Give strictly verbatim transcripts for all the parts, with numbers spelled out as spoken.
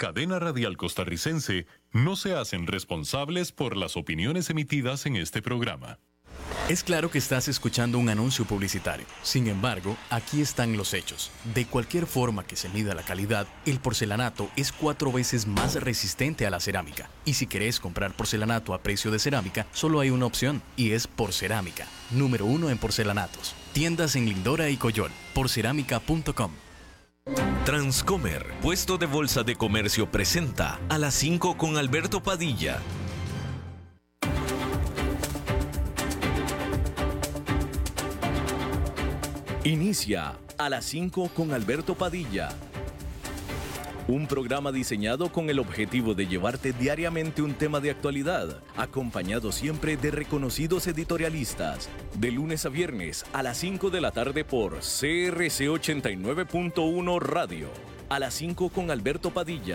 Cadena Radial Costarricense no se hacen responsables por las opiniones emitidas en este programa. Es claro que estás escuchando un anuncio publicitario. Sin embargo, aquí están los hechos. De cualquier forma que se mida la calidad, el porcelanato es cuatro veces más resistente a la cerámica. Y si querés comprar porcelanato a precio de cerámica, solo hay una opción, y es Porcerámica, número uno en porcelanatos. Tiendas en Lindora y Coyol, porcerámica punto com. Transcomer, puesto de bolsa de comercio, presenta A las cinco con Alberto Padilla. Inicia A las cinco con Alberto Padilla. Un programa diseñado con el objetivo de llevarte diariamente un tema de actualidad, acompañado siempre de reconocidos editorialistas. De lunes a viernes a las cinco de la tarde por C R C ochenta y nueve punto uno Radio. A las cinco con Alberto Padilla.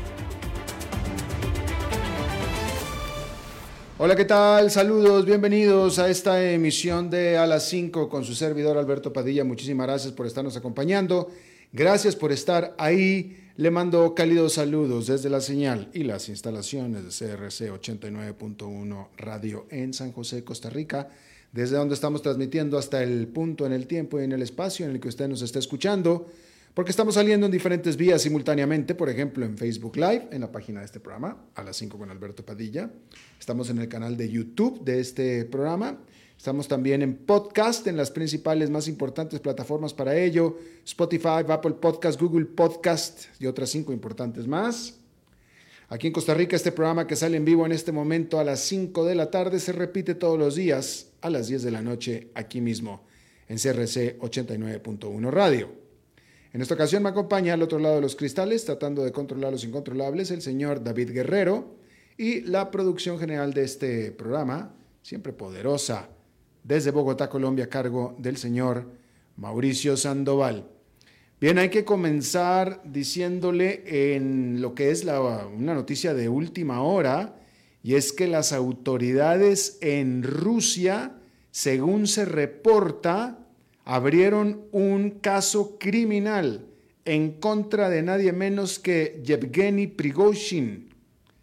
Hola, ¿qué tal? Saludos, bienvenidos a esta emisión de A las cinco con su servidor Alberto Padilla. Muchísimas gracias por estarnos acompañando. Gracias por estar ahí. Le mando cálidos saludos desde la señal y las instalaciones de C R C ochenta y nueve punto uno Radio en San José, Costa Rica, desde donde estamos transmitiendo hasta el punto en el tiempo y en el espacio en el que usted nos está escuchando, porque estamos saliendo en diferentes vías simultáneamente, por ejemplo en Facebook Live, en la página de este programa, A las cinco con Alberto Padilla. Estamos en el canal de YouTube de este programa. Estamos también en podcast, en las principales, más importantes plataformas para ello: Spotify, Apple Podcast, Google Podcast y otras cinco importantes más. Aquí en Costa Rica, este programa que sale en vivo en este momento a las cinco de la tarde se repite todos los días a las diez de la noche aquí mismo en C R C ochenta y nueve punto uno Radio. En esta ocasión me acompaña al otro lado de los cristales, tratando de controlar los incontrolables, el señor David Guerrero, y la producción general de este programa, siempre poderosa, desde Bogotá, Colombia, a cargo del señor Mauricio Sandoval. Bien, hay que comenzar diciéndole en lo que es la, una noticia de última hora, y es que las autoridades en Rusia, según se reporta, abrieron un caso criminal en contra de nadie menos que Yevgeny Prigozhin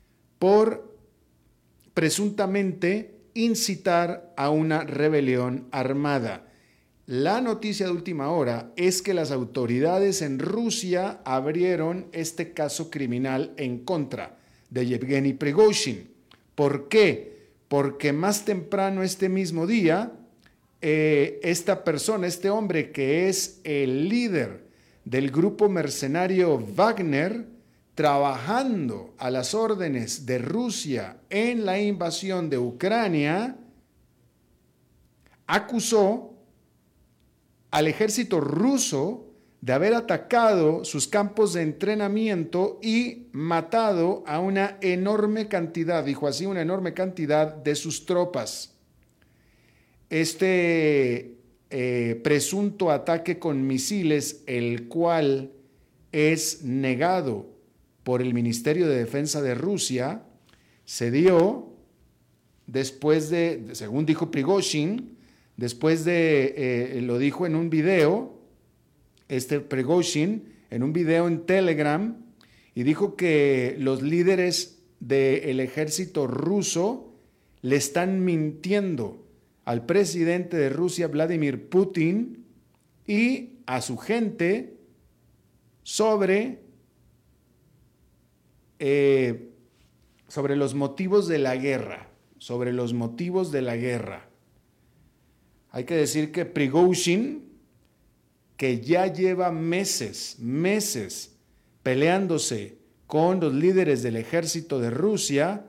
por presuntamente incitar a una rebelión armada. La noticia de última hora es que las autoridades en Rusia abrieron este caso criminal en contra de Yevgeny Prigozhin. ¿Por qué? Porque más temprano este mismo día, eh, esta persona, este hombre que es el líder del grupo mercenario Wagner, trabajando a las órdenes de Rusia en la invasión de Ucrania, acusó al ejército ruso de haber atacado sus campos de entrenamiento y matado a una enorme cantidad, dijo así, una enorme cantidad de sus tropas. Este eh, presunto ataque con misiles, el cual es negado por el Ministerio de Defensa de Rusia, se dio después de, según dijo Prigozhin, después de, eh, lo dijo en un video, este Prigozhin, en un video en Telegram, y dijo que los líderes del ejército ruso le están mintiendo al presidente de Rusia, Vladimir Putin, y a su gente sobre Eh, sobre los motivos de la guerra, sobre los motivos de la guerra. Hay que decir que Prigozhin, que ya lleva meses, meses peleándose con los líderes del ejército de Rusia,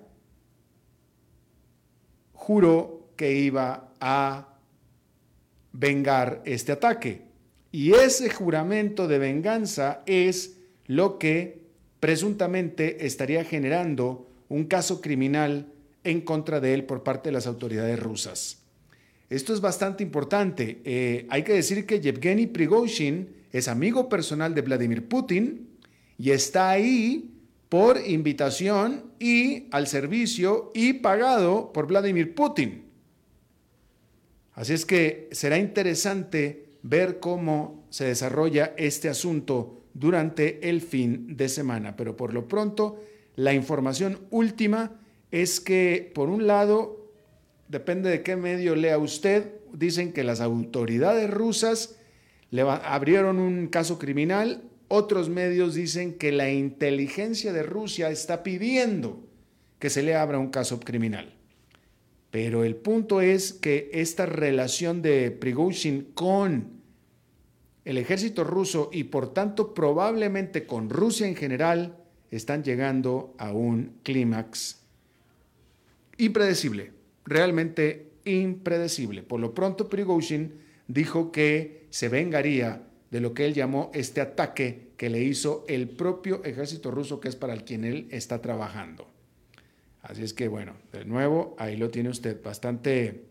juró que iba a vengar este ataque. Y ese juramento de venganza es lo que presuntamente estaría generando un caso criminal en contra de él por parte de las autoridades rusas. Esto es bastante importante. Eh, hay que decir que Yevgeny Prigozhin es amigo personal de Vladimir Putin y está ahí por invitación y al servicio y pagado por Vladimir Putin. Así es que será interesante ver cómo se desarrolla este asunto durante el fin de semana. Pero por lo pronto, la información última es que, por un lado, depende de qué medio lea usted, dicen que las autoridades rusas le va, abrieron un caso criminal. Otros medios dicen que la inteligencia de Rusia está pidiendo que se le abra un caso criminal. Pero el punto es que esta relación de Prigozhin con el ejército ruso y por tanto probablemente con Rusia en general están llegando a un clímax impredecible, realmente impredecible. Por lo pronto Prigozhin dijo que se vengaría de lo que él llamó este ataque que le hizo el propio ejército ruso, que es para el quien él está trabajando. Así es que, bueno, de nuevo, ahí lo tiene usted. Bastante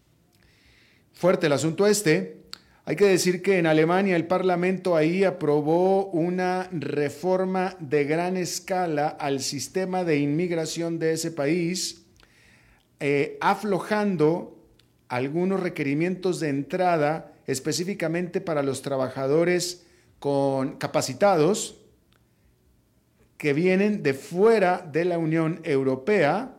fuerte el asunto este. Hay que decir que en Alemania el Parlamento ahí aprobó una reforma de gran escala al sistema de inmigración de ese país, eh, aflojando algunos requerimientos de entrada específicamente para los trabajadores con capacitados que vienen de fuera de la Unión Europea,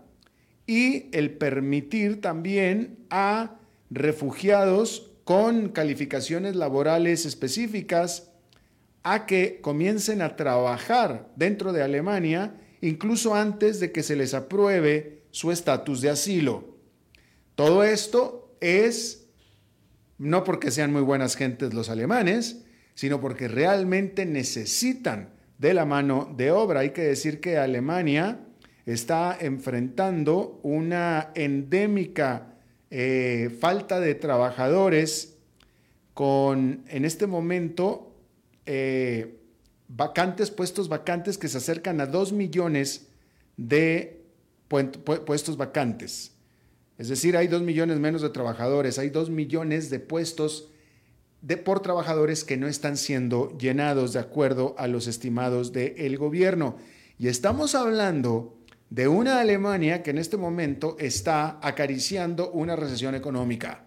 y el permitir también a refugiados con calificaciones laborales específicas a que comiencen a trabajar dentro de Alemania incluso antes de que se les apruebe su estatus de asilo. Todo esto es no porque sean muy buenas gentes los alemanes, sino porque realmente necesitan de la mano de obra. Hay que decir que Alemania está enfrentando una endémica eh, falta de trabajadores con, en este momento, eh, vacantes, puestos vacantes que se acercan a dos millones de puestos vacantes. Es decir, hay dos millones menos de trabajadores, hay dos millones de puestos de, por trabajadores que no están siendo llenados de acuerdo a los estimados del gobierno. Y estamos hablando de una Alemania que en este momento está acariciando una recesión económica.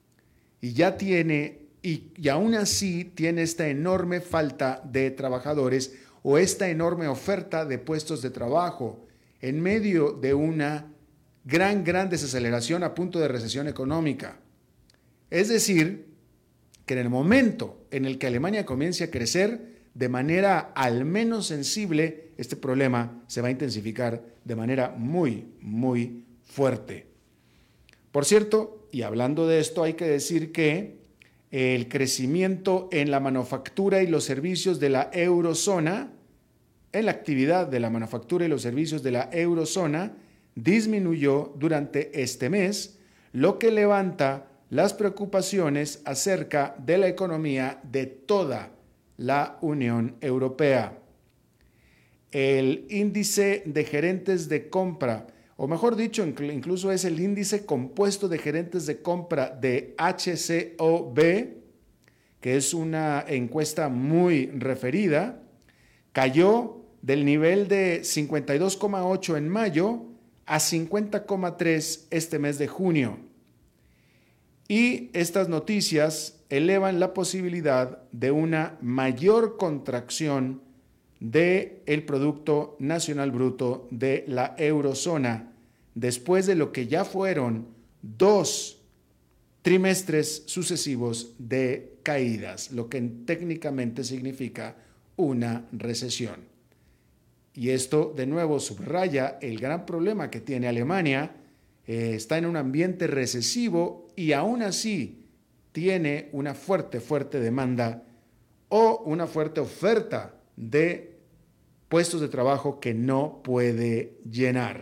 Y ya tiene, y, y aún así tiene esta enorme falta de trabajadores o esta enorme oferta de puestos de trabajo en medio de una gran, gran desaceleración a punto de recesión económica. Es decir, que en el momento en el que Alemania comience a crecer de manera al menos sensible, este problema se va a intensificar de manera muy, muy fuerte. Por cierto, y hablando de esto, hay que decir que el crecimiento en la manufactura y los servicios de la eurozona, en la actividad de la manufactura y los servicios de la eurozona, disminuyó durante este mes, lo que levanta las preocupaciones acerca de la economía de toda la Unión Europea. El índice de gerentes de compra, o mejor dicho, incluso es el índice compuesto de gerentes de compra de H C O B, que es una encuesta muy referida, cayó del nivel de cincuenta y dos coma ocho en mayo a cincuenta coma tres este mes de junio. Y estas noticias elevan la posibilidad de una mayor contracción del Producto Nacional Bruto de la eurozona, después de lo que ya fueron dos trimestres sucesivos de caídas, lo que técnicamente significa una recesión. Y esto, de nuevo, subraya el gran problema que tiene Alemania. Eh, está en un ambiente recesivo y aún así tiene una fuerte, fuerte demanda o una fuerte oferta de puestos de trabajo que no puede llenar.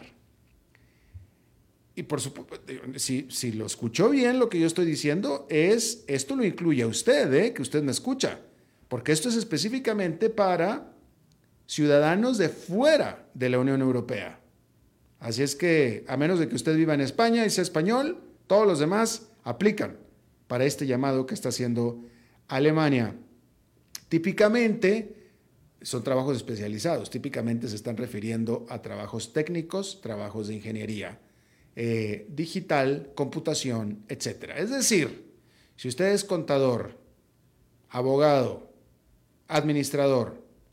Y por supuesto, si, si lo escuchó bien, lo que yo estoy diciendo es, esto lo incluye a usted, ¿eh? Que usted me escucha, porque esto es específicamente para ciudadanos de fuera de la Unión Europea. Así es que, a menos de que usted viva en España y sea español, todos los demás aplican para este llamado que está haciendo Alemania. Típicamente son trabajos especializados, típicamente se están refiriendo a trabajos técnicos, trabajos de ingeniería, eh, digital, computación, etcétera. Es decir, si usted es contador, abogado, administrador,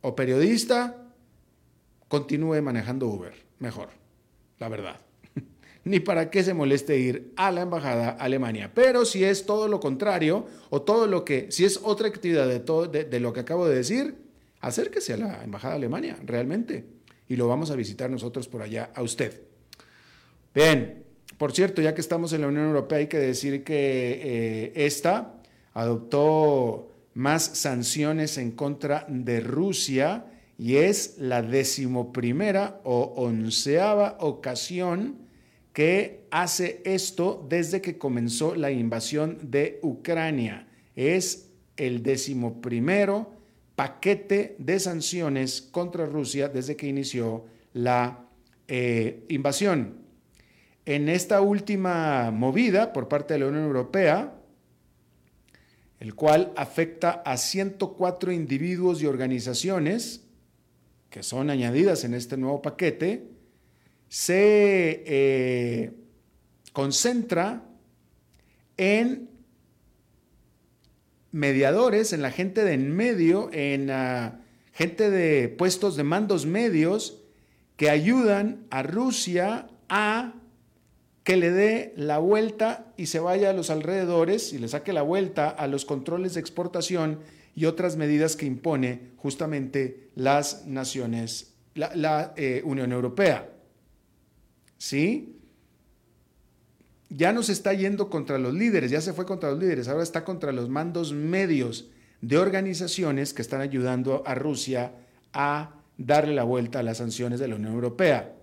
o periodista, continúe manejando Uber, mejor, la verdad. Ni para qué se moleste ir a la embajada a Alemania. Pero si es todo lo contrario, o todo lo que, si es otra actividad de, todo, de, de lo que acabo de decir, acérquese a la embajada de Alemania, realmente. Y lo vamos a visitar nosotros por allá a usted. Bien, por cierto, ya que estamos en la Unión Europea, hay que decir que eh, esta adoptó más sanciones en contra de Rusia y es la decimoprimera o onceava ocasión que hace esto desde que comenzó la invasión de Ucrania. Es el decimoprimero paquete de sanciones contra Rusia desde que inició la eh, invasión. En esta última movida por parte de la Unión Europea, el cual afecta a ciento cuatro individuos y organizaciones que son añadidas en este nuevo paquete, se eh, concentra en mediadores, en la gente de en medio, en uh, gente de puestos de mandos medios que ayudan a Rusia a que le dé la vuelta y se vaya a los alrededores y le saque la vuelta a los controles de exportación y otras medidas que impone justamente las naciones, la, la eh, Unión Europea. ¿Sí? Ya no se está yendo contra los líderes, ya se fue contra los líderes, ahora está contra los mandos medios de organizaciones que están ayudando a Rusia a darle la vuelta a las sanciones de la Unión Europea.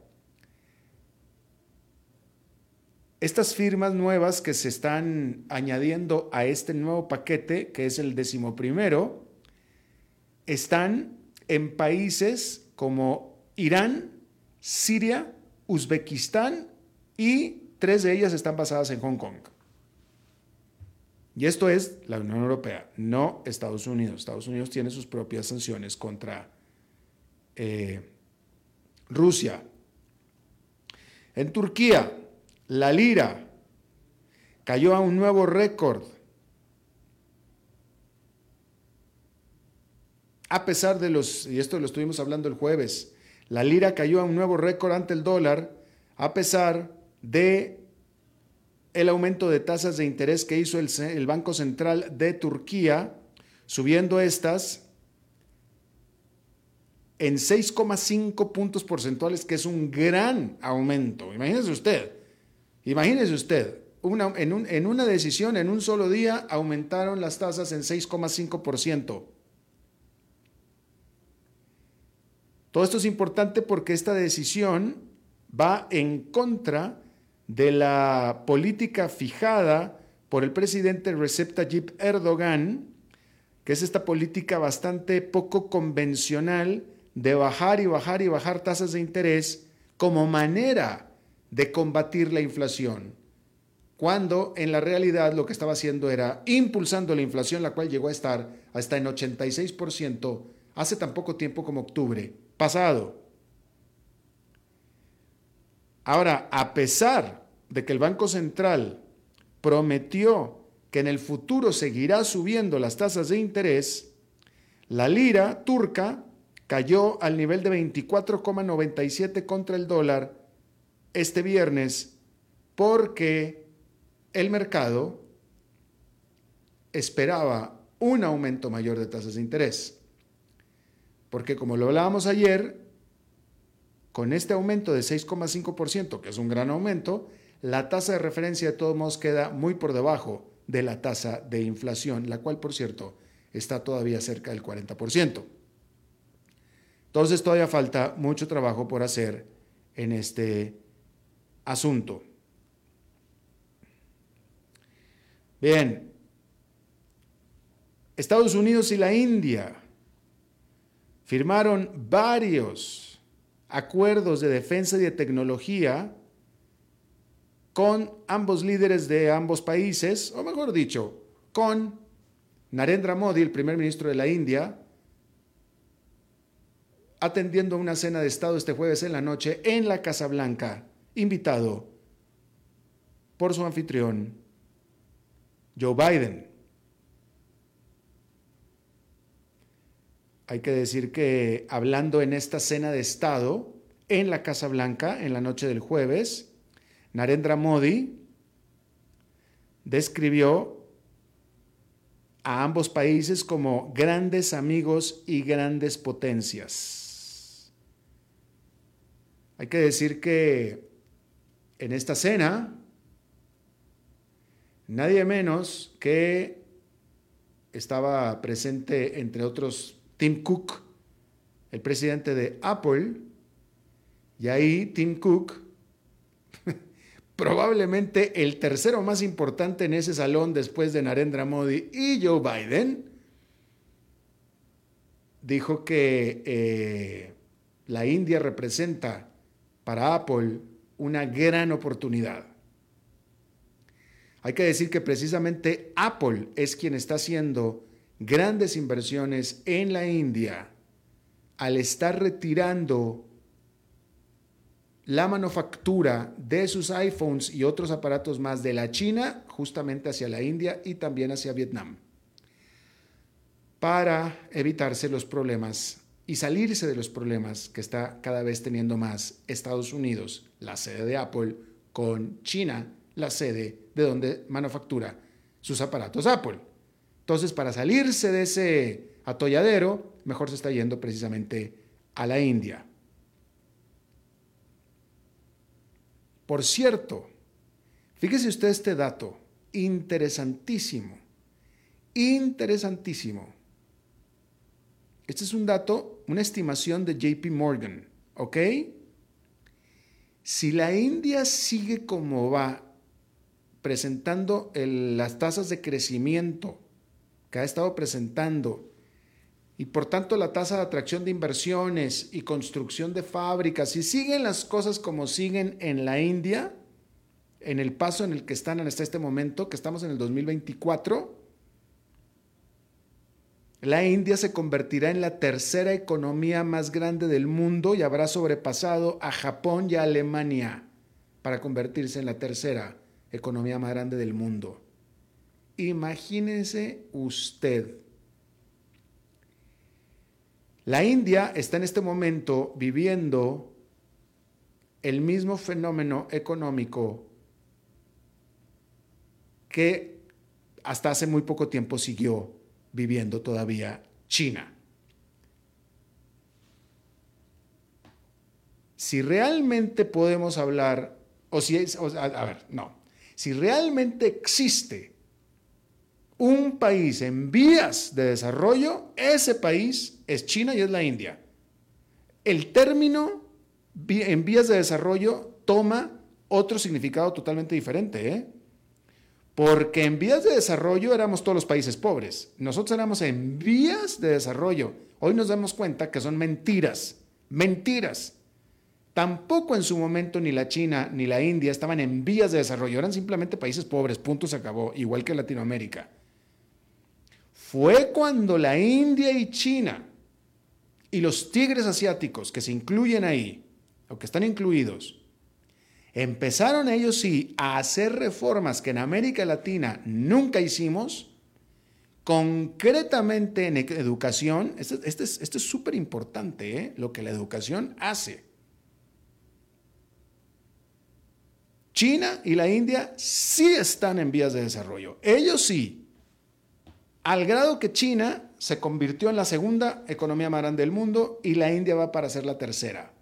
Estas firmas nuevas que se están añadiendo a este nuevo paquete, que es el decimoprimero, están en países como Irán, Siria, Uzbekistán y tres de ellas están basadas en Hong Kong. Y esto es la Unión Europea, no Estados Unidos. Estados Unidos tiene sus propias sanciones contra eh, Rusia. En Turquía, la lira cayó a un nuevo récord. A pesar de los, y esto lo estuvimos hablando el jueves, la lira cayó a un nuevo récord ante el dólar, a pesar de el aumento de tasas de interés que hizo el, el Banco Central de Turquía, subiendo estas en seis coma cinco puntos porcentuales, que es un gran aumento. Imagínese usted, imagínese usted, una, en, un, en una decisión, en un solo día, aumentaron las tasas en seis coma cinco por ciento. Todo esto es importante porque esta decisión va en contra de la política fijada por el presidente Recep Tayyip Erdogan, que es esta política bastante poco convencional de bajar y bajar y bajar tasas de interés como manera de combatir la inflación, cuando en la realidad lo que estaba haciendo era impulsando la inflación, la cual llegó a estar hasta en ochenta y seis por ciento hace tan poco tiempo como octubre pasado. Ahora, a pesar de que el Banco Central prometió que en el futuro seguirá subiendo las tasas de interés, la lira turca cayó al nivel de veinticuatro coma noventa y siete contra el dólar este viernes porque el mercado esperaba un aumento mayor de tasas de interés. Porque como lo hablábamos ayer, con este aumento de seis coma cinco por ciento, que es un gran aumento, la tasa de referencia de todos modos queda muy por debajo de la tasa de inflación, la cual, por cierto, está todavía cerca del cuarenta por ciento. Entonces todavía falta mucho trabajo por hacer en este asunto. Bien, Estados Unidos y la India firmaron varios acuerdos de defensa y de tecnología con ambos líderes de ambos países, o mejor dicho, con Narendra Modi, el primer ministro de la India, atendiendo a una cena de Estado este jueves en la noche en la Casa Blanca, invitado por su anfitrión, Joe Biden. hay que decir que hablando en esta cena de Estado en la Casa Blanca en la noche del jueves, Narendra Modi describió a ambos países como grandes amigos y grandes potencias. Hay que decir que en esta cena, nadie menos que estaba presente, entre otros, Tim Cook, el presidente de Apple, y ahí Tim Cook, probablemente el tercero más importante en ese salón después de Narendra Modi y Joe Biden, dijo que eh, la India representa para Apple una gran oportunidad. Hay que decir que precisamente Apple es quien está haciendo grandes inversiones en la India al estar retirando la manufactura de sus iPhones y otros aparatos más de la China justamente hacia la India y también hacia Vietnam para evitarse los problemas y salirse de los problemas que está cada vez teniendo más Estados Unidos, la sede de Apple, con China, la sede de donde manufactura sus aparatos Apple. Entonces, para salirse de ese atolladero, mejor se está yendo precisamente a la India. Por cierto, fíjese usted este dato, interesantísimo, interesantísimo. Este es un dato, una estimación de J P Morgan, ¿ok? Si la India sigue como va, presentando el, las tasas de crecimiento que ha estado presentando, y por tanto la tasa de atracción de inversiones y construcción de fábricas, si siguen las cosas como siguen en la India, en el paso en el que están hasta este momento, que estamos en el dos mil veinticuatro, la India se convertirá en la tercera economía más grande del mundo y habrá sobrepasado a Japón y a Alemania para convertirse en la tercera economía más grande del mundo. Imagínense usted. La India está en este momento viviendo el mismo fenómeno económico que hasta hace muy poco tiempo siguió viviendo todavía China. Si realmente podemos hablar, o si es, o, a, a ver, no, si realmente existe un país en vías de desarrollo, ese país es China y es la India. El término en vías de desarrollo toma otro significado totalmente diferente, ¿eh? Porque en vías de desarrollo éramos todos los países pobres. Nosotros éramos en vías de desarrollo. Hoy nos damos cuenta que son mentiras, mentiras. Tampoco en su momento ni la China ni la India estaban en vías de desarrollo. Eran simplemente países pobres, punto, se acabó, igual que Latinoamérica. Fue cuando la India y China y los tigres asiáticos que se incluyen ahí, o que están incluidos, empezaron ellos sí a hacer reformas que en América Latina nunca hicimos, concretamente en educación. Este, este es este es súper importante, ¿eh? Lo que la educación hace. China y la India sí están en vías de desarrollo, ellos sí, al grado que China se convirtió en la segunda economía más grande del mundo y la India va para ser la tercera.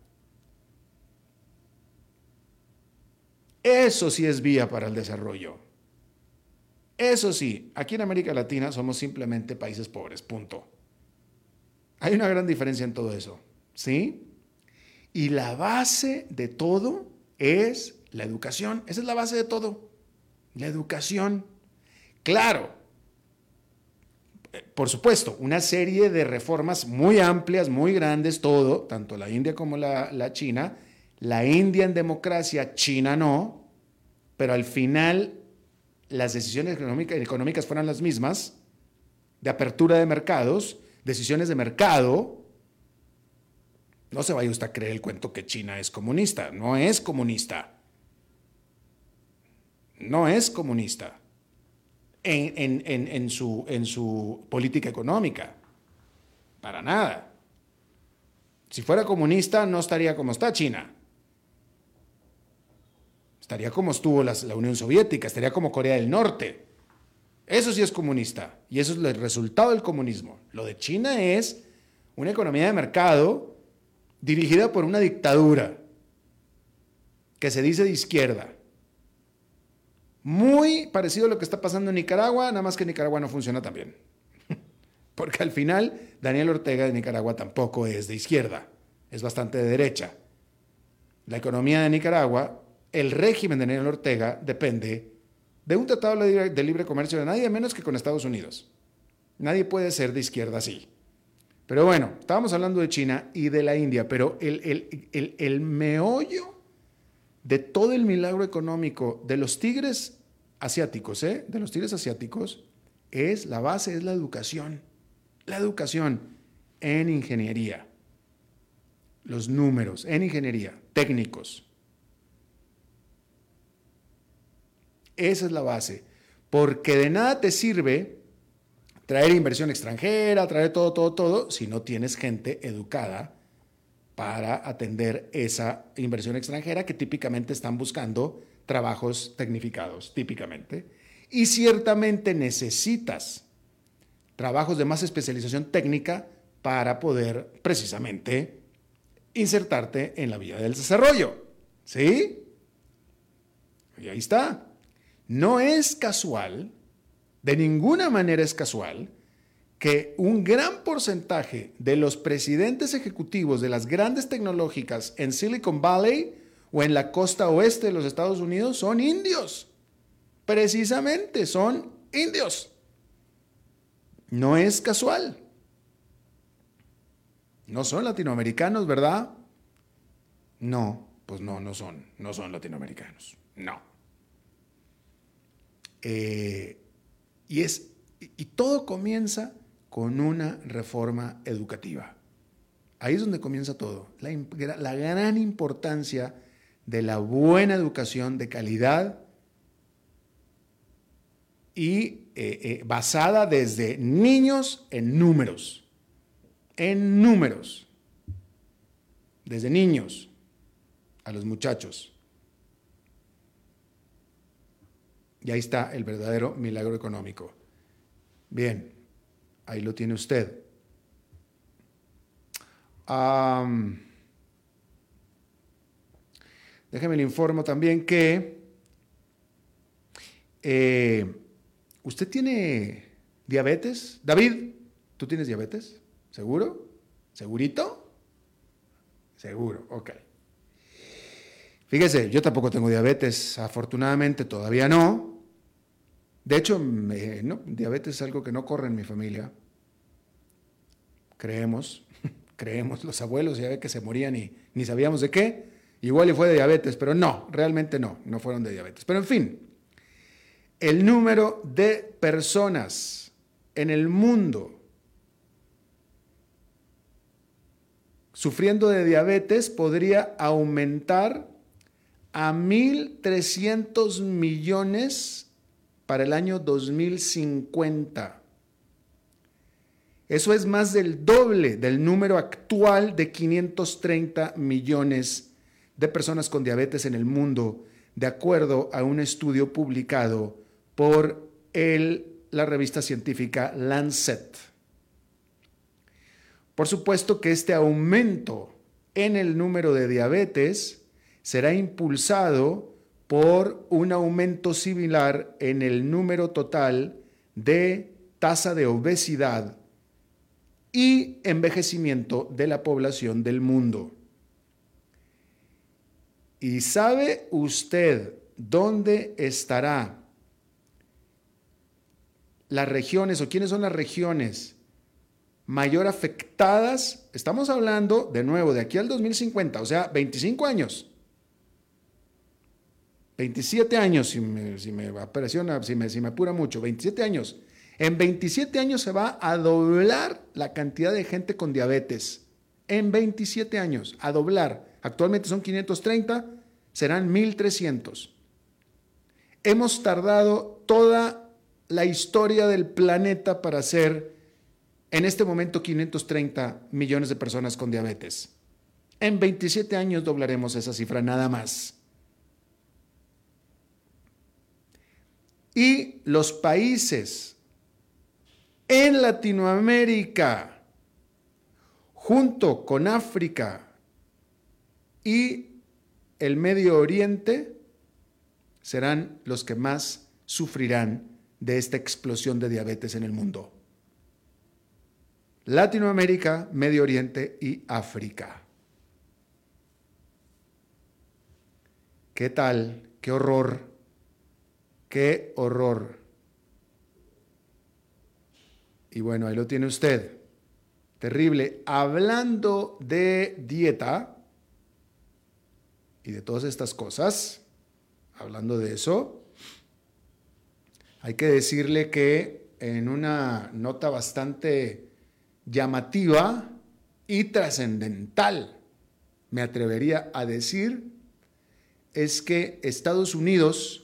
Eso sí es vía para el desarrollo. Eso sí, aquí en América Latina somos simplemente países pobres, punto. Hay una gran diferencia en todo eso, ¿sí? Y la base de todo es la educación. Esa es la base de todo, la educación. Claro, por supuesto, una serie de reformas muy amplias, muy grandes, todo, tanto la India como la, la China. La India en democracia, China no, pero al final las decisiones económicas, económicas fueron las mismas, de apertura de mercados, decisiones de mercado. No se vaya usted a creer el cuento que China es comunista, no es comunista. No es comunista en, en, en, en, su, en su política económica. para nada. Si fuera comunista no estaría como está China. Estaría como estuvo la, la Unión Soviética, estaría como Corea del Norte. Eso sí es comunista y eso es el resultado del comunismo. Lo de China es una economía de mercado dirigida por una dictadura que se dice de izquierda. Muy parecido a lo que está pasando en Nicaragua, nada más que Nicaragua no funciona tan bien. Porque al final Daniel Ortega de Nicaragua tampoco es de izquierda, es bastante de derecha. La economía de Nicaragua, el régimen de Daniel Ortega depende de un tratado de libre, de libre comercio de nadie menos que con Estados Unidos. Nadie puede ser de izquierda así. Pero bueno, estábamos hablando de China y de la India, pero el, el, el, el meollo de todo el milagro económico de los tigres asiáticos, ¿eh? de los tigres asiáticos, es la base, es la educación. La educación en ingeniería. Los números en ingeniería, técnicos. Esa es la base, porque de nada te sirve traer inversión extranjera, traer todo, todo, todo, si no tienes gente educada para atender esa inversión extranjera que típicamente están buscando trabajos tecnificados, típicamente. Y ciertamente necesitas trabajos de más especialización técnica para poder precisamente insertarte en la vía del desarrollo. ¿Sí? Y ahí está. No es casual, de ninguna manera es casual, que un gran porcentaje de los presidentes ejecutivos de las grandes tecnológicas en Silicon Valley o en la costa oeste de los Estados Unidos son indios. Precisamente son indios. No es casual. No son latinoamericanos, ¿verdad? No, pues no, no son, no son latinoamericanos. No. Eh, y, es, y todo comienza con una reforma educativa. Ahí es donde comienza todo. La, la gran importancia de la buena educación de calidad y eh, eh, basada desde niños en números. En números. Desde niños a los muchachos. Y ahí está el verdadero milagro económico. Bien, ahí lo tiene usted. Um, déjeme le informo también que eh, usted tiene diabetes. David, ¿tú tienes diabetes? ¿Seguro? ¿Segurito? Seguro, ok. Fíjese, yo tampoco tengo diabetes, afortunadamente todavía no. De hecho, me, no, diabetes es algo que no corre en mi familia. Creemos, creemos, los abuelos ya ve que se morían y ni sabíamos de qué. Igual y fue de diabetes, pero no, realmente no, no fueron de diabetes. Pero en fin, el número de personas en el mundo sufriendo de diabetes podría aumentar a mil trescientos millones para el año dos mil cincuenta. Eso es más del doble del número actual de quinientos treinta millones de personas con diabetes en el mundo, de acuerdo a un estudio publicado por el, la revista científica Lancet. Por supuesto que este aumento en el número de diabetes será impulsado por un aumento similar en el número total de tasa de obesidad y envejecimiento de la población del mundo. ¿Y sabe usted dónde estará las regiones o quiénes son las regiones mayor afectadas? Estamos hablando, de nuevo, de aquí al dos mil cincuenta, o sea, veinticinco años. veintisiete años, si me, si me apresiona, si me, si me apura mucho, veintisiete años. En veintisiete años se va a doblar la cantidad de gente con diabetes. En veintisiete años, a doblar. Actualmente son quinientos treinta, serán mil trescientos. Hemos tardado toda la historia del planeta para ser En este momento, quinientos treinta millones de personas con diabetes. En veintisiete años doblaremos esa cifra nada más. Y los países en Latinoamérica, junto con África y el Medio Oriente, serán los que más sufrirán de esta explosión de diabetes en el mundo. Latinoamérica, Medio Oriente y África. ¿Qué tal? ¡Qué horror! ¡Qué horror! Y bueno, ahí lo tiene usted. Terrible. Hablando de dieta y de todas estas cosas, hablando de eso, hay que decirle que en una nota bastante llamativa y trascendental, me atrevería a decir, es que Estados Unidos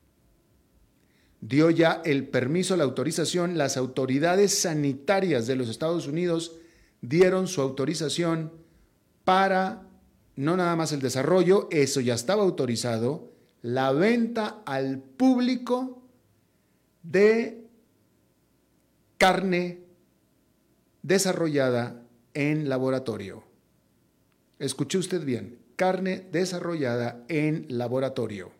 dio ya el permiso, la autorización, las autoridades sanitarias de los Estados Unidos dieron su autorización para, no nada más el desarrollo, eso ya estaba autorizado, la venta al público de carne desarrollada en laboratorio. Escuche usted bien, carne desarrollada en laboratorio.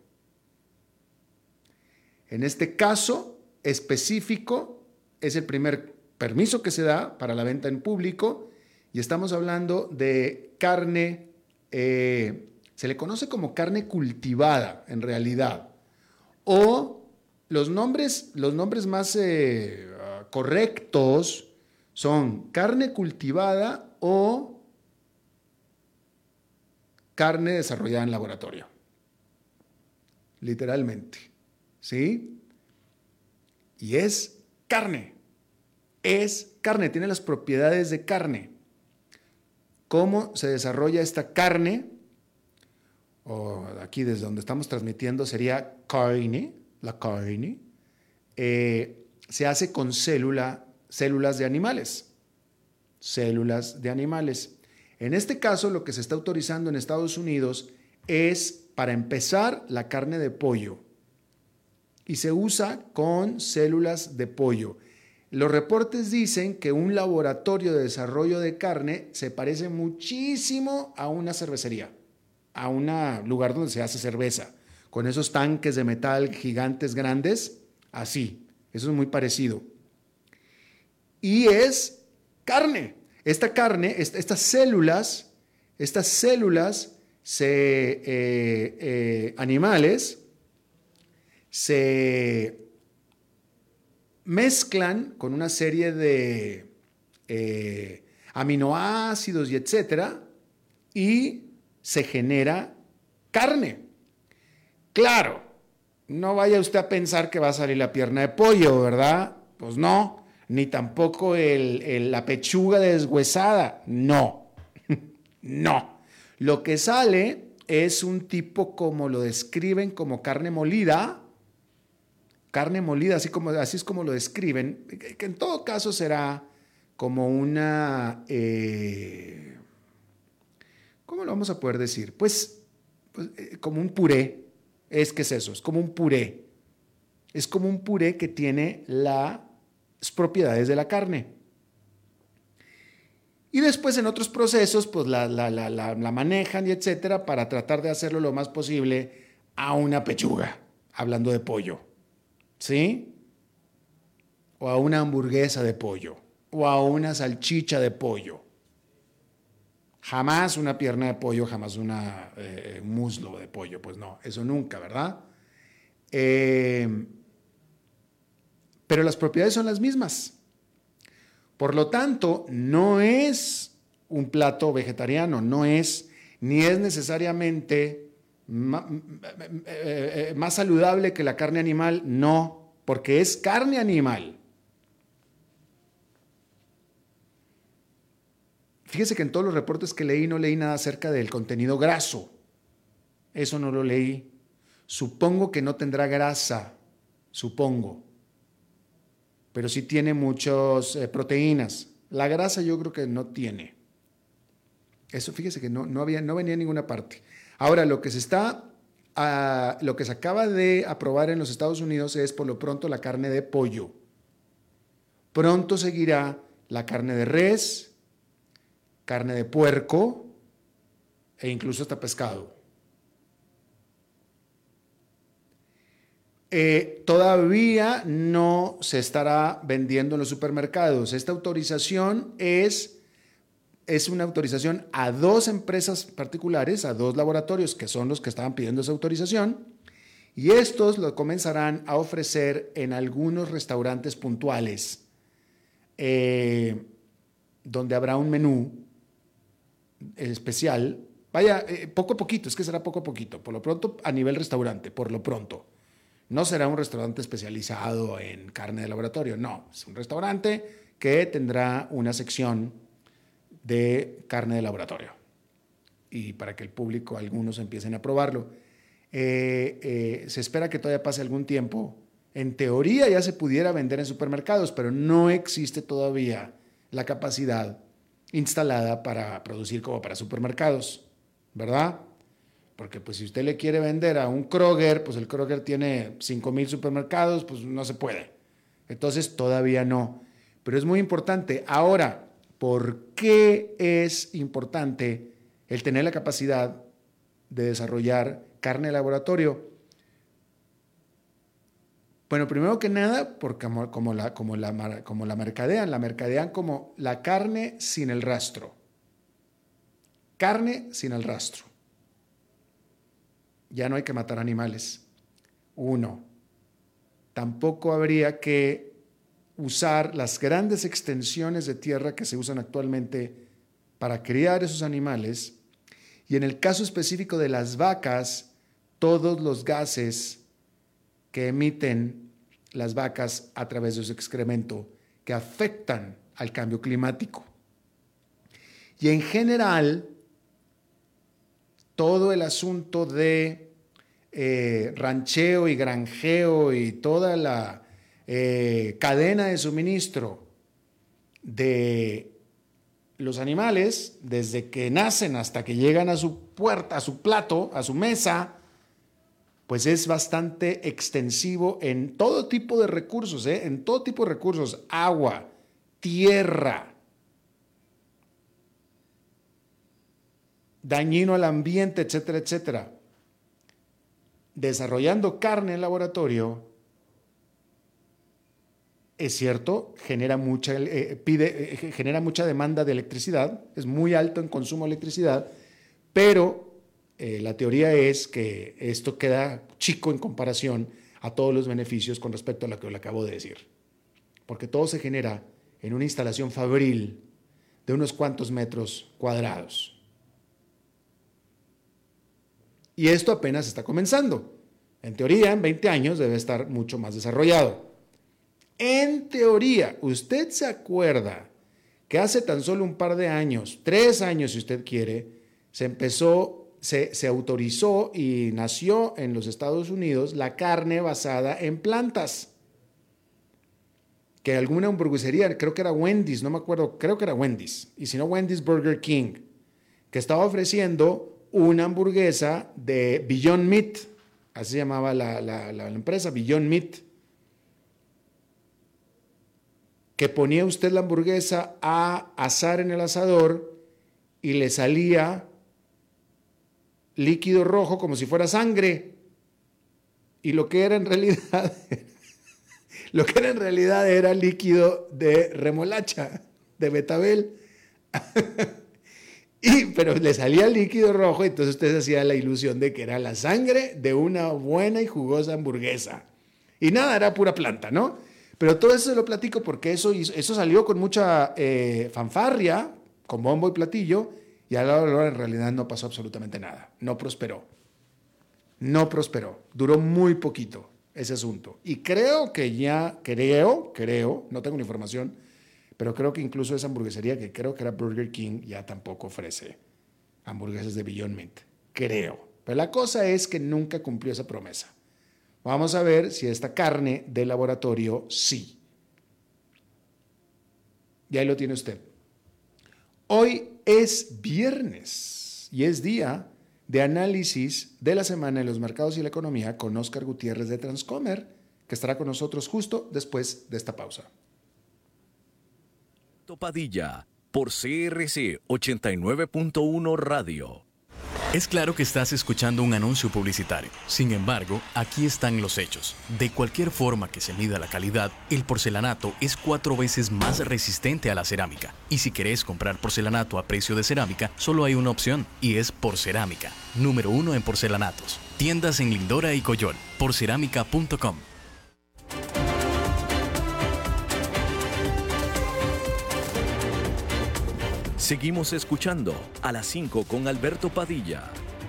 En este caso específico, es el primer permiso que se da para la venta en público y estamos hablando de carne, eh, se le conoce como carne cultivada en realidad, o los nombres, los nombres más eh, correctos son carne cultivada o carne desarrollada en laboratorio. Literalmente. ¿Sí? Y es carne. Es carne, tiene las propiedades de carne. ¿Cómo se desarrolla esta carne? O aquí desde donde estamos transmitiendo sería carne, la carne. Eh, se hace con célula, células de animales. Células de animales. En este caso, lo que se está autorizando en Estados Unidos es, para empezar, la carne de pollo. Y se usa con células de pollo. Los reportes dicen que un laboratorio de desarrollo de carne se parece muchísimo a una cervecería, a un lugar donde se hace cerveza, con esos tanques de metal gigantes grandes, así, eso es muy parecido. Y es carne. Esta carne, est- estas células, estas células se, eh, eh, animales se mezclan con una serie de eh, aminoácidos y etcétera, y se genera carne. Claro, no vaya usted a pensar que va a salir la pierna de pollo, ¿verdad? Pues no, ni tampoco el, el, la pechuga deshuesada, no, no. Lo que sale es un tipo, como lo describen, como carne molida, carne molida, así, como, así es como lo describen, que en todo caso será como una, eh, ¿cómo lo vamos a poder decir? Pues, pues eh, como un puré, es que es eso, es como un puré, es como un puré que tiene las propiedades de la carne. Y después en otros procesos, pues la, la, la, la, la manejan y etcétera, para tratar de hacerlo lo más posible a una pechuga, hablando de pollo. ¿Sí? O a una hamburguesa de pollo, o a una salchicha de pollo. Jamás una pierna de pollo, jamás una eh, muslo de pollo, pues no, eso nunca, ¿verdad? Eh, pero las propiedades son las mismas. Por lo tanto, no es un plato vegetariano, no es, ni es necesariamente más, más saludable que la carne animal, no, porque es carne animal. Fíjese que en todos los reportes que leí no leí nada acerca del contenido graso. Eso no lo leí. Supongo que no tendrá grasa, supongo. Pero sí tiene muchas eh, proteínas. La grasa yo creo que no tiene. Eso fíjese que no, no, había, no venía en ninguna parte. Ahora, lo que se está, uh, lo que se acaba de aprobar en los Estados Unidos es por lo pronto la carne de pollo. Pronto seguirá la carne de res, carne de puerco e incluso hasta pescado. Eh, todavía no se estará vendiendo en los supermercados. Esta autorización es, es una autorización a dos empresas particulares, a dos laboratorios que son los que estaban pidiendo esa autorización, y estos lo comenzarán a ofrecer en algunos restaurantes puntuales, eh, donde habrá un menú especial. Vaya, eh, poco a poquito, es que será poco a poquito, por lo pronto a nivel restaurante, por lo pronto. No será un restaurante especializado en carne de laboratorio, no, es un restaurante que tendrá una sección de carne de laboratorio y para que el público, algunos empiecen a probarlo. Eh, eh, se espera que todavía pase algún tiempo. En teoría ya se pudiera vender en supermercados, pero no existe todavía la capacidad instalada para producir como para supermercados, ¿verdad? Porque pues si usted le quiere vender a un Kroger, pues el Kroger tiene cinco mil supermercados, pues no se puede. Entonces todavía no. Pero es muy importante. Ahora, ¿por qué es importante el tener la capacidad de desarrollar carne de laboratorio? Bueno, primero que nada, porque como, como, la, como, la, como la mercadean, la mercadean como la carne sin el rastro. Carne sin el rastro. Ya no hay que matar animales. Uno, tampoco habría que usar las grandes extensiones de tierra que se usan actualmente para criar esos animales. Y en el caso específico de las vacas, todos los gases que emiten las vacas a través de su excremento que afectan al cambio climático. Y en general, todo el asunto de eh, rancheo y granjeo y toda la eh, cadena de suministro de los animales, desde que nacen hasta que llegan a su puerta, a su plato, a su mesa, pues es bastante extensivo en todo tipo de recursos, ¿eh? en todo tipo de recursos, agua, tierra, dañino al ambiente, etcétera, etcétera. Desarrollando carne en laboratorio, es cierto, genera mucha, eh, pide, eh, genera mucha demanda de electricidad, es muy alto en consumo de electricidad, pero eh, la teoría es que esto queda chico en comparación a todos los beneficios con respecto a lo que le acabo de decir. Porque todo se genera en una instalación fabril de unos cuantos metros cuadrados. Y esto apenas está comenzando. En teoría, en veinte años debe estar mucho más desarrollado. En teoría, usted se acuerda que hace tan solo un par de años, tres años si usted quiere, se empezó, se, se autorizó y nació en los Estados Unidos la carne basada en plantas. Que alguna hamburguesería, creo que era Wendy's, no me acuerdo, creo que era Wendy's, y si no Wendy's, Burger King, que estaba ofreciendo una hamburguesa de Beyond Meat, así se llamaba la, la, la empresa, Beyond Meat, que ponía usted la hamburguesa a asar en el asador y le salía líquido rojo como si fuera sangre, y lo que era en realidad, lo que era en realidad era líquido de remolacha, de betabel. Y, pero le salía el líquido rojo, y entonces usted se hacía la ilusión de que era la sangre de una buena y jugosa hamburguesa. Y nada, era pura planta, ¿no? Pero todo eso se lo platico porque eso, eso salió con mucha eh, fanfarria, con bombo y platillo, y a la hora en realidad no pasó absolutamente nada. No prosperó. No prosperó. Duró muy poquito ese asunto. Y creo que ya, creo, creo, no tengo la información, pero creo que incluso esa hamburguesería, que creo que era Burger King, ya tampoco ofrece hamburguesas de Beyond Meat. Creo. Pero la cosa es que nunca cumplió esa promesa. Vamos a ver si esta carne de laboratorio sí. Y ahí lo tiene usted. Hoy es viernes y es día de análisis de la semana en los mercados y la economía con Óscar Gutiérrez de Transcomer, que estará con nosotros justo después de esta pausa. Padilla, por C R C ochenta y nueve punto uno Radio. Es claro que estás escuchando un anuncio publicitario. Sin embargo, aquí están los hechos. De cualquier forma que se mida la calidad, el porcelanato es cuatro veces más resistente a la cerámica. Y si querés comprar porcelanato a precio de cerámica, solo hay una opción, y es Porcerámica, número uno en porcelanatos. Tiendas en Lindora y Coyol, porcerámica punto com. Seguimos escuchando a las cinco con Alberto Padilla.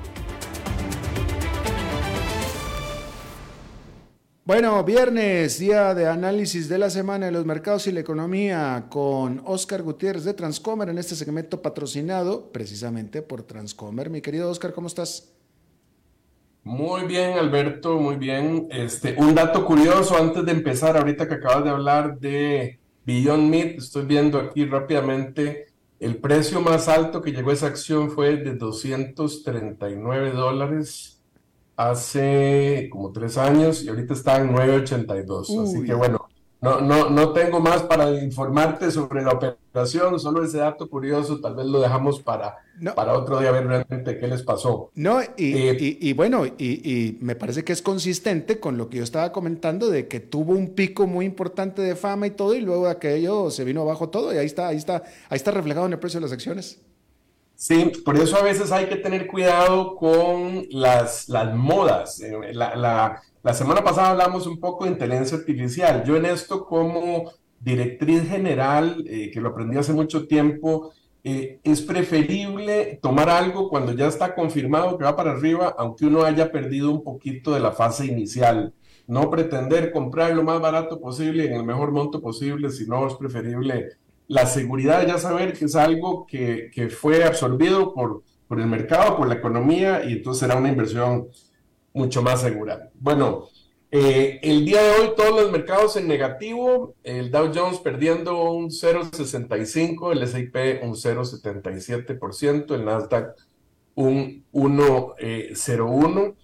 Bueno, viernes, día de análisis de la semana en los mercados y la economía con Óscar Gutiérrez de Transcomer en este segmento patrocinado precisamente por Transcomer. Mi querido Óscar, ¿cómo estás? Muy bien, Alberto, muy bien. Este, un dato curioso antes de empezar, ahorita que acabas de hablar de Beyond Meat, estoy viendo aquí rápidamente. El precio más alto que llegó a esa acción fue de doscientos treinta y nueve dólares hace como tres años y ahorita está en nueve ochenta y dos. Uy. Así que bueno, no, no, no tengo más para informarte sobre la operación, solo ese dato curioso, tal vez lo dejamos para, no. para otro día ver realmente qué les pasó. No, y, eh, y, y bueno, y, y me parece que es consistente con lo que yo estaba comentando de que tuvo un pico muy importante de fama y todo, y luego de aquello se vino abajo todo, y ahí está, ahí está, ahí está reflejado en el precio de las acciones. Sí, por eso a veces hay que tener cuidado con las, las modas. La, la, la semana pasada hablamos un poco de inteligencia artificial. Yo en esto como directriz general, eh, que lo aprendí hace mucho tiempo, eh, es preferible tomar algo cuando ya está confirmado que va para arriba, aunque uno haya perdido un poquito de la fase inicial. No pretender comprar lo más barato posible en el mejor monto posible, sino es preferible la seguridad de ya saber que es algo que, que fue absorbido por, por el mercado, por la economía, y entonces será una inversión mucho más segura. Bueno, eh, el día de hoy todos los mercados en negativo, el Dow Jones perdiendo un cero punto sesenta y cinco, el S and P un cero punto setenta y siete por ciento, el Nasdaq un uno punto cero uno.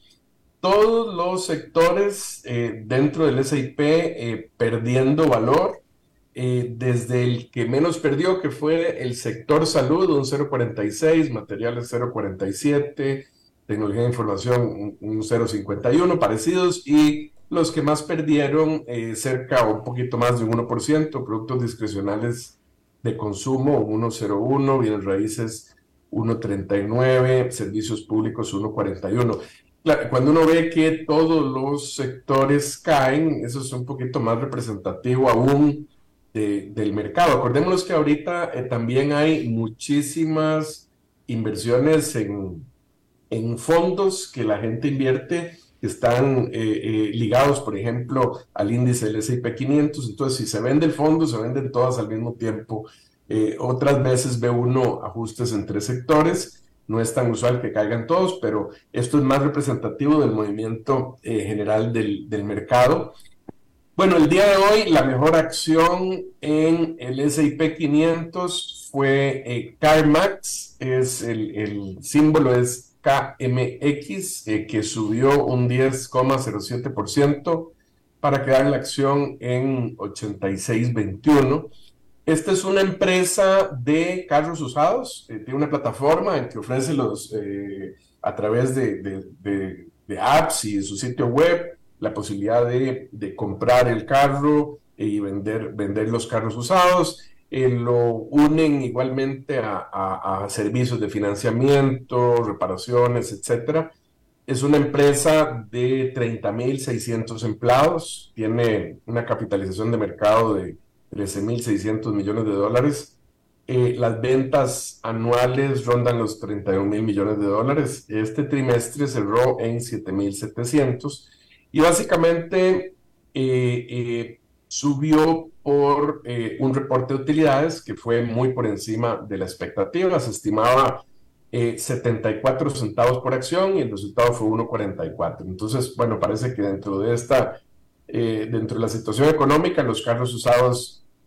Todos los sectores eh, dentro del S and P eh, perdiendo valor. Eh, desde el que menos perdió, que fue el sector salud, un cero punto cuarenta y seis, materiales cero punto cuarenta y siete, tecnología de información un, un cero punto cincuenta y uno, parecidos, y los que más perdieron, eh, cerca o un poquito más de un uno por ciento, productos discrecionales de consumo, un uno punto cero uno, bienes raíces uno punto treinta y nueve, servicios públicos uno punto cuarenta y uno. Claro, cuando uno ve que todos los sectores caen, eso es un poquito más representativo aún De, del mercado. Acordémonos que ahorita eh, también hay muchísimas inversiones en, en fondos que la gente invierte, que están eh, eh, ligados, por ejemplo, al índice del S and P quinientos. Entonces, si se vende el fondo, se venden todas al mismo tiempo. Eh, otras veces ve uno ajustes entre sectores. No es tan usual que caigan todos, pero esto es más representativo del movimiento eh, general del, del mercado. Bueno, el día de hoy la mejor acción en el S and P quinientos fue eh, CarMax, es el, el símbolo es K M X, eh, que subió un diez coma cero siete por ciento para quedar la acción en ochenta y seis veintiuno. Esta es una empresa de carros usados, eh, tiene una plataforma en que ofrece los, eh, a través de, de, de, de apps y de su sitio web, la posibilidad de, de comprar el carro y vender, vender los carros usados. Eh, lo unen igualmente a, a, a servicios de financiamiento, reparaciones, etcétera. Es una empresa de treinta mil seiscientos empleados, tiene una capitalización de mercado de trece mil seiscientos millones de dólares. Eh, las ventas anuales rondan los treinta y un mil millones de dólares. Este trimestre cerró en siete mil setecientos. Y básicamente eh, eh, subió por eh, un reporte de utilidades que fue muy por encima de la expectativa. Se estimaba eh, setenta y cuatro centavos por acción y el resultado fue uno cuarenta y cuatro. Entonces, bueno, parece que dentro de esta, eh, dentro de la situación económica, los carros usados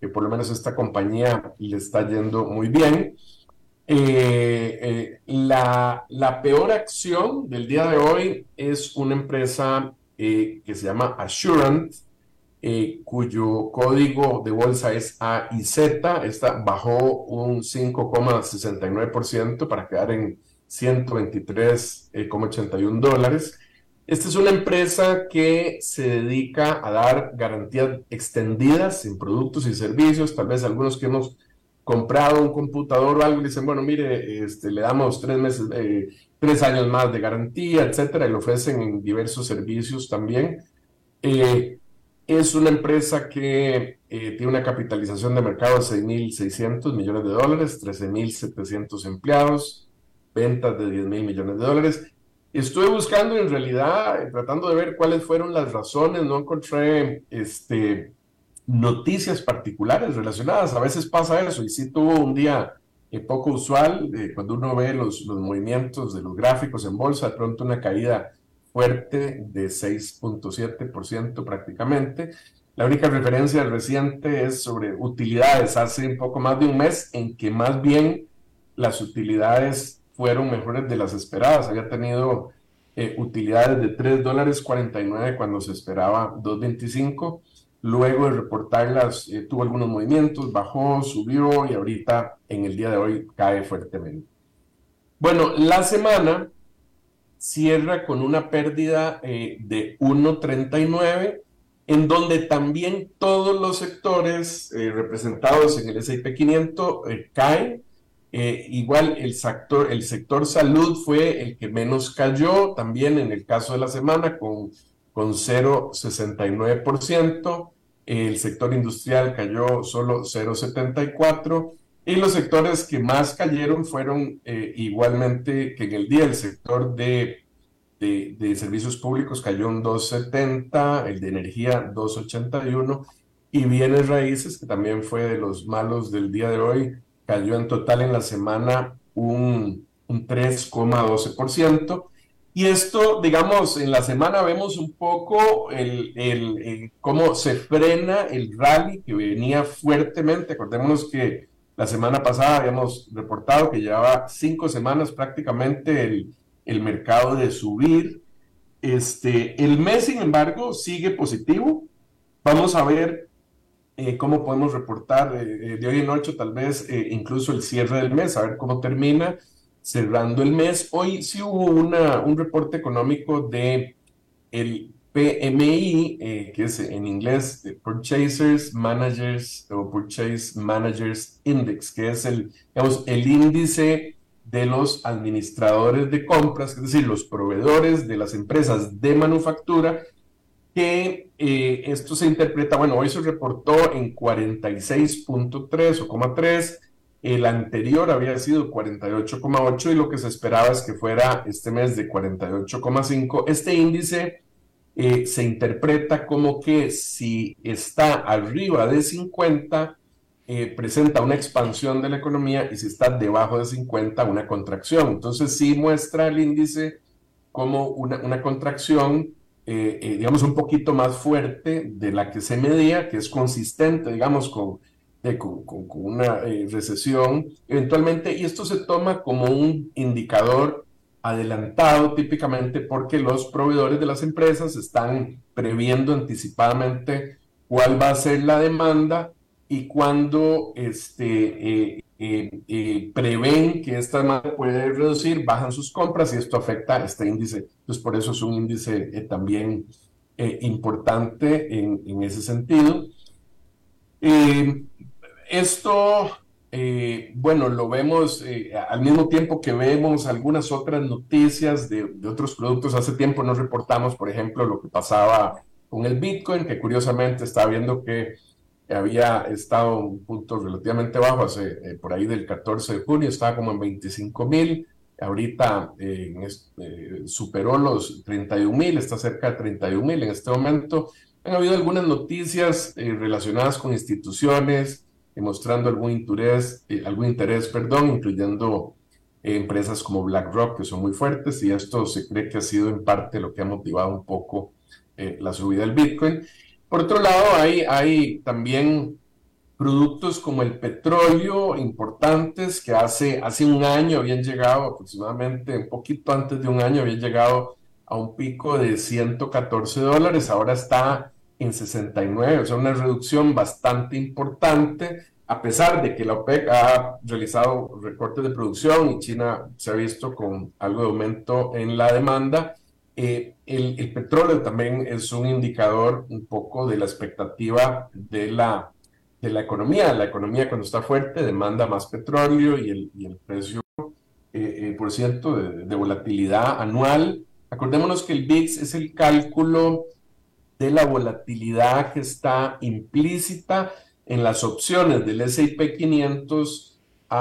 que por lo menos esta compañía le está yendo muy bien. Eh, eh, la, la peor acción del día de hoy es una empresa eh, que se llama Assurant, eh, cuyo código de bolsa es A I Z. Esta bajó un cinco coma sesenta y nueve por ciento para quedar en ciento veintitrés coma ochenta y uno dólares. Esta es una empresa que se dedica a dar garantías extendidas en productos y servicios. Tal vez algunos que hemos comprado un computador o algo y dicen, bueno, mire, este, le damos tres meses, eh, tres años más de garantía, etcétera, y lo ofrecen en diversos servicios también. Eh, es una empresa que eh, tiene una capitalización de mercado de seis mil seiscientos millones de dólares, trece mil setecientos empleados, ventas de diez mil millones de dólares. Estuve buscando en realidad, eh, tratando de ver cuáles fueron las razones, no encontré este, noticias particulares relacionadas. A veces pasa eso, y sí tuvo un día eh, poco usual, eh, cuando uno ve los, los movimientos de los gráficos en bolsa, de pronto una caída fuerte de seis punto siete por ciento prácticamente. La única referencia reciente es sobre utilidades, hace un poco más de un mes, en que más bien las utilidades fueron mejores de las esperadas. Había tenido eh, utilidades de tres dólares cuarenta y nueve cuando se esperaba dos veinticinco. Luego de reportarlas, eh, tuvo algunos movimientos, bajó, subió y ahorita en el día de hoy cae fuertemente. Bueno, la semana cierra con una pérdida eh, de uno treinta y nueve, en donde también todos los sectores eh, representados en el ese y pe quinientos eh, caen. Eh, igual el sector, el sector salud fue el que menos cayó, también en el caso de la semana, con, con cero coma sesenta y nueve por ciento. El sector industrial cayó solo cero coma setenta y cuatro por ciento. Y los sectores que más cayeron fueron eh, igualmente que en el día. El sector de, de, de servicios públicos cayó un dos coma setenta, el de energía dos coma ochenta y uno, y bienes raíces, que también fue de los malos del día de hoy, cayó en total en la semana un, un tres coma doce por ciento. Y esto, digamos, en la semana vemos un poco el, el, el, cómo se frena el rally que venía fuertemente. Acordémonos que la semana pasada habíamos reportado que llevaba cinco semanas prácticamente el, el mercado de subir. Este, el mes, sin embargo, sigue positivo. Vamos a ver eh, cómo podemos reportar eh, de hoy en ocho, tal vez eh, incluso el cierre del mes, a ver cómo termina cerrando el mes. Hoy sí hubo una, un reporte económico de el pe eme i, eh, que es en inglés Purchasers Managers o Purchase Managers Index, que es el, digamos, el índice de los administradores de compras, es decir, los proveedores de las empresas de manufactura, que eh, esto se interpreta, bueno, hoy se reportó en cuarenta y seis punto tres o coma tres, el anterior había sido cuarenta y ocho coma ocho y lo que se esperaba es que fuera este mes de cuarenta y ocho coma cinco. Este índice eh, se interpreta como que si está arriba de cincuenta, eh, presenta una expansión de la economía, y si está debajo de cincuenta, una contracción. Entonces sí muestra el índice como una, una contracción, eh, eh, digamos, un poquito más fuerte de la que se medía, que es consistente, digamos, con, eh, con, con, con una eh, recesión eventualmente, y esto se toma como un indicador adelantado típicamente porque los proveedores de las empresas están previendo anticipadamente cuál va a ser la demanda, y cuando este, eh, eh, eh, prevén que esta demanda puede reducir, bajan sus compras y esto afecta a este índice. Entonces por eso es un índice eh, también eh, importante en, en ese sentido. Eh, esto... Eh, bueno, lo vemos eh, al mismo tiempo que vemos algunas otras noticias de, de otros productos. Hace tiempo nos reportamos, por ejemplo, lo que pasaba con el Bitcoin, que curiosamente estaba viendo que había estado en un punto relativamente bajo, hace, eh, por ahí del catorce de junio, estaba como en veinticinco mil, ahorita eh, eh, superó los treinta y un mil, está cerca de treinta y un mil en este momento. Han habido algunas noticias eh, relacionadas con instituciones, mostrando algún interés, eh, algún interés, perdón, incluyendo eh, empresas como BlackRock, que son muy fuertes, y esto se cree que ha sido en parte lo que ha motivado un poco eh, la subida del Bitcoin. Por otro lado, hay, hay también productos como el petróleo importantes que hace, hace un año habían llegado, aproximadamente un poquito antes de un año, habían llegado a un pico de ciento catorce dólares, ahora está en sesenta y nueve, o sea, una reducción bastante importante, a pesar de que la OPEC ha realizado recortes de producción y China se ha visto con algo de aumento en la demanda. Eh, el, el petróleo también es un indicador un poco de la expectativa de la, de la economía. La economía cuando está fuerte demanda más petróleo y el, y el precio eh, eh, por ciento de, de volatilidad anual. Acordémonos que el V I X es el cálculo de la volatilidad que está implícita en las opciones del ese y pe quinientos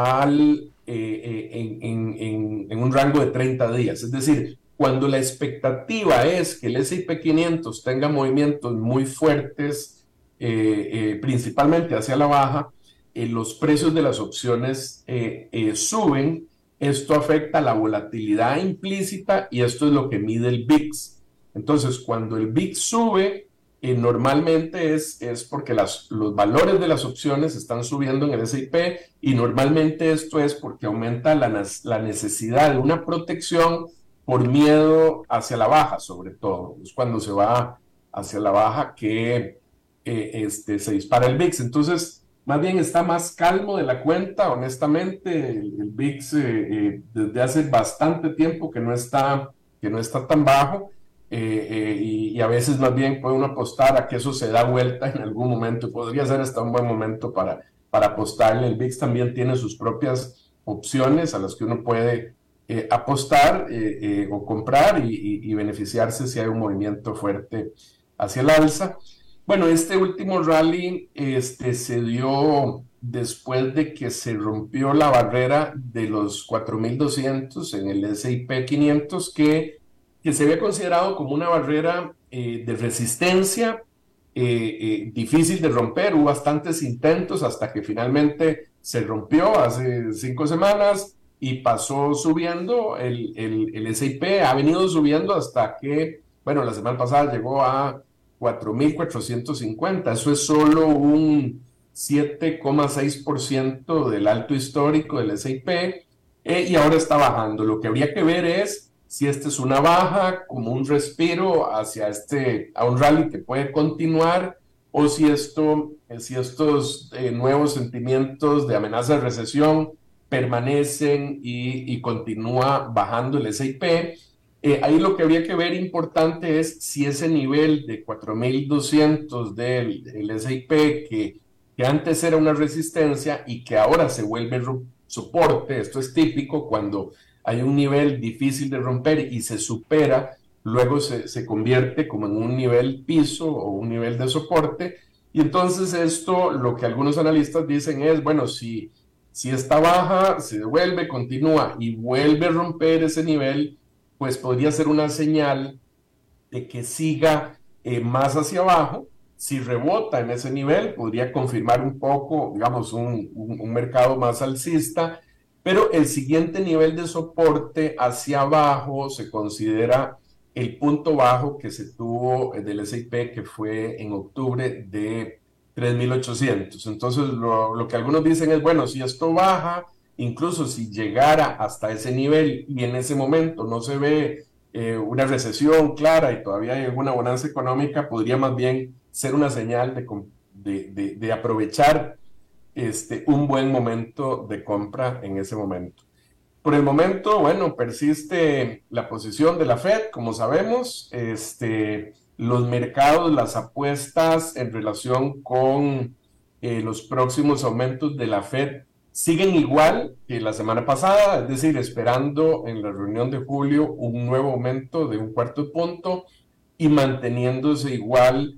al, eh, eh, en, en, en, en un rango de treinta días. Es decir, cuando la expectativa es que el ese y pe quinientos tenga movimientos muy fuertes, eh, eh, principalmente hacia la baja, eh, los precios de las opciones eh, eh, suben. Esto afecta la volatilidad implícita y esto es lo que mide el V I X. Entonces, cuando el V I X sube, eh, normalmente es, es porque las, los valores de las opciones están subiendo en el ese y pe y normalmente esto es porque aumenta la, la necesidad de una protección por miedo hacia la baja, sobre todo. Es cuando se va hacia la baja que eh, este, se dispara el V I X. Entonces, más bien está más calmo de la cuenta, honestamente. El, el V I X eh, eh, desde hace bastante tiempo que no está, que no está tan bajo. Eh, eh, y, y a veces más bien puede uno apostar a que eso se da vuelta en algún momento, y podría ser hasta un buen momento para, para apostarle. El V I X también tiene sus propias opciones a las que uno puede eh, apostar eh, eh, o comprar y, y, y beneficiarse si hay un movimiento fuerte hacia el alza. Bueno, este último rally este, se dio después de que se rompió la barrera de los cuatro mil doscientos en el ese y pe quinientos, que que se había considerado como una barrera eh, de resistencia eh, eh, difícil de romper. Hubo bastantes intentos hasta que finalmente se rompió hace cinco semanas y pasó subiendo. El, el, el ese y pe ha venido subiendo hasta que, bueno, la semana pasada llegó a cuatro mil cuatrocientos cincuenta. Eso es solo un siete coma seis por ciento del alto histórico del ese y pe eh, y ahora está bajando. Lo que habría que ver es si esta es una baja, como un respiro hacia este, a un rally que puede continuar, o si, esto, si estos eh, nuevos sentimientos de amenaza de recesión permanecen y, y continúa bajando el ese y pe. Eh, ahí lo que habría que ver importante es si ese nivel de cuatro mil doscientos del, del ese y pe, que, que antes era una resistencia y que ahora se vuelve soporte. Esto es típico cuando hay un nivel difícil de romper y se supera, luego se, se convierte como en un nivel piso o un nivel de soporte. Y entonces esto, lo que algunos analistas dicen es, bueno, si, si esta baja se devuelve, continúa y vuelve a romper ese nivel, pues podría ser una señal de que siga eh, más hacia abajo. Si rebota en ese nivel, podría confirmar un poco, digamos, un, un, un mercado más alcista. Pero el siguiente nivel de soporte hacia abajo se considera el punto bajo que se tuvo del ese y pe, que fue en octubre de tres mil ochocientos. Entonces lo, lo que algunos dicen es, bueno, si esto baja, incluso si llegara hasta ese nivel y en ese momento no se ve eh, una recesión clara y todavía hay alguna bonanza económica, podría más bien ser una señal de, de, de, de aprovechar Este, un buen momento de compra en ese momento. Por el momento, bueno, persiste la posición de la Fed, como sabemos. Este, los mercados, las apuestas en relación con eh, los próximos aumentos de la Fed siguen igual que la semana pasada, es decir, esperando en la reunión de julio un nuevo aumento de un cuarto de punto y manteniéndose igual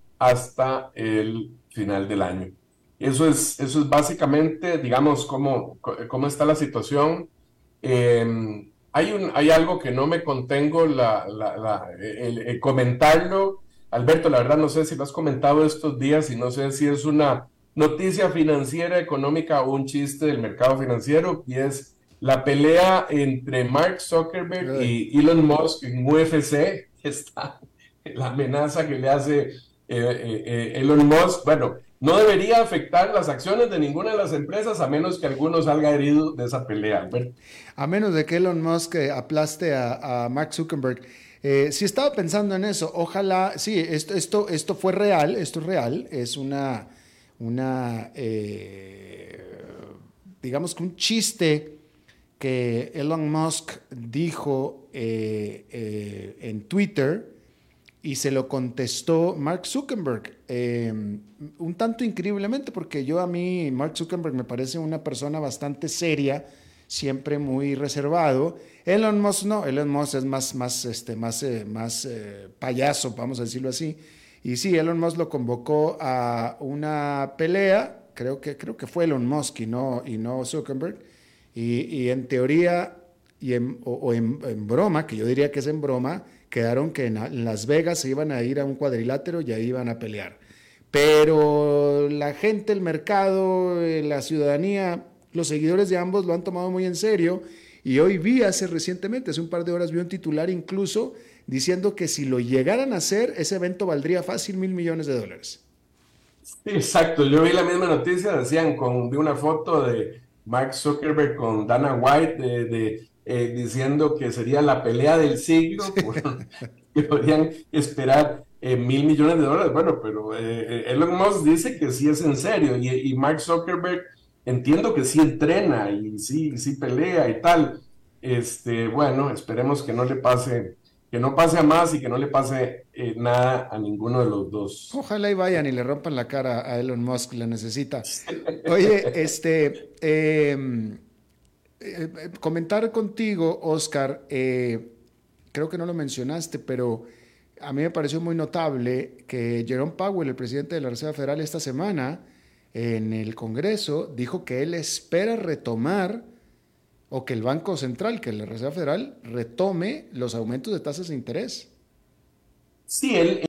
hasta el final del año. Eso es, eso es básicamente, digamos, cómo, cómo está la situación. Eh, hay, un, hay algo que no me contengo la, la, la, el, el comentarlo. Alberto, la verdad no sé si lo has comentado estos días y no sé si es una noticia financiera, económica o un chiste del mercado financiero, y es la pelea entre Mark Zuckerberg y Elon Musk en U F C. Está la amenaza que le hace eh, eh, Elon Musk. Bueno, no debería afectar las acciones de ninguna de las empresas a menos que alguno salga herido de esa pelea, Alberto. A menos de que Elon Musk eh, aplaste a, a Mark Zuckerberg. Eh, sí estaba pensando en eso, ojalá, sí, esto, esto, esto fue real, esto es real, es una, una eh, digamos que un chiste que Elon Musk dijo eh, eh, en Twitter y se lo contestó Mark Zuckerberg, eh, un tanto increíblemente, porque yo a mí, Mark Zuckerberg me parece una persona bastante seria, siempre muy reservado. Elon Musk no, Elon Musk es más, más, este, más, eh, más eh, payaso, vamos a decirlo así. Y sí, Elon Musk lo convocó a una pelea, creo que, creo que fue Elon Musk y no, y no Zuckerberg, y, y en teoría, y en, o, o en, en broma, que yo diría que es en broma, quedaron que en, en Las Vegas se iban a ir a un cuadrilátero y ahí iban a pelear. Pero la gente, el mercado, la ciudadanía, los seguidores de ambos lo han tomado muy en serio y hoy vi hace recientemente, hace un par de horas, vi un titular incluso diciendo que si lo llegaran a hacer, ese evento valdría fácil mil millones de dólares. Sí, exacto, yo vi la misma noticia, decían, con, vi una foto de Mark Zuckerberg con Dana White de, de, eh, diciendo que sería la pelea del siglo, sí. Bueno, que podrían esperar eh, mil millones de dólares, bueno, pero eh, Elon Musk dice que sí es en serio y, y Mark Zuckerberg entiendo que sí entrena y sí, sí pelea y tal. Este, bueno, esperemos que no le pase, que no pase a más y que no le pase eh, nada a ninguno de los dos. Ojalá y vayan y le rompan la cara a Elon Musk, la necesita. Oye, este, eh, eh, comentar contigo, Oscar, eh, creo que no lo mencionaste, pero a mí me pareció muy notable que Jerome Powell, el presidente de la Reserva Federal, esta semana en el Congreso dijo que él espera retomar o que el Banco Central, que la Reserva Federal, retome los aumentos de tasas de interés. Sí, él,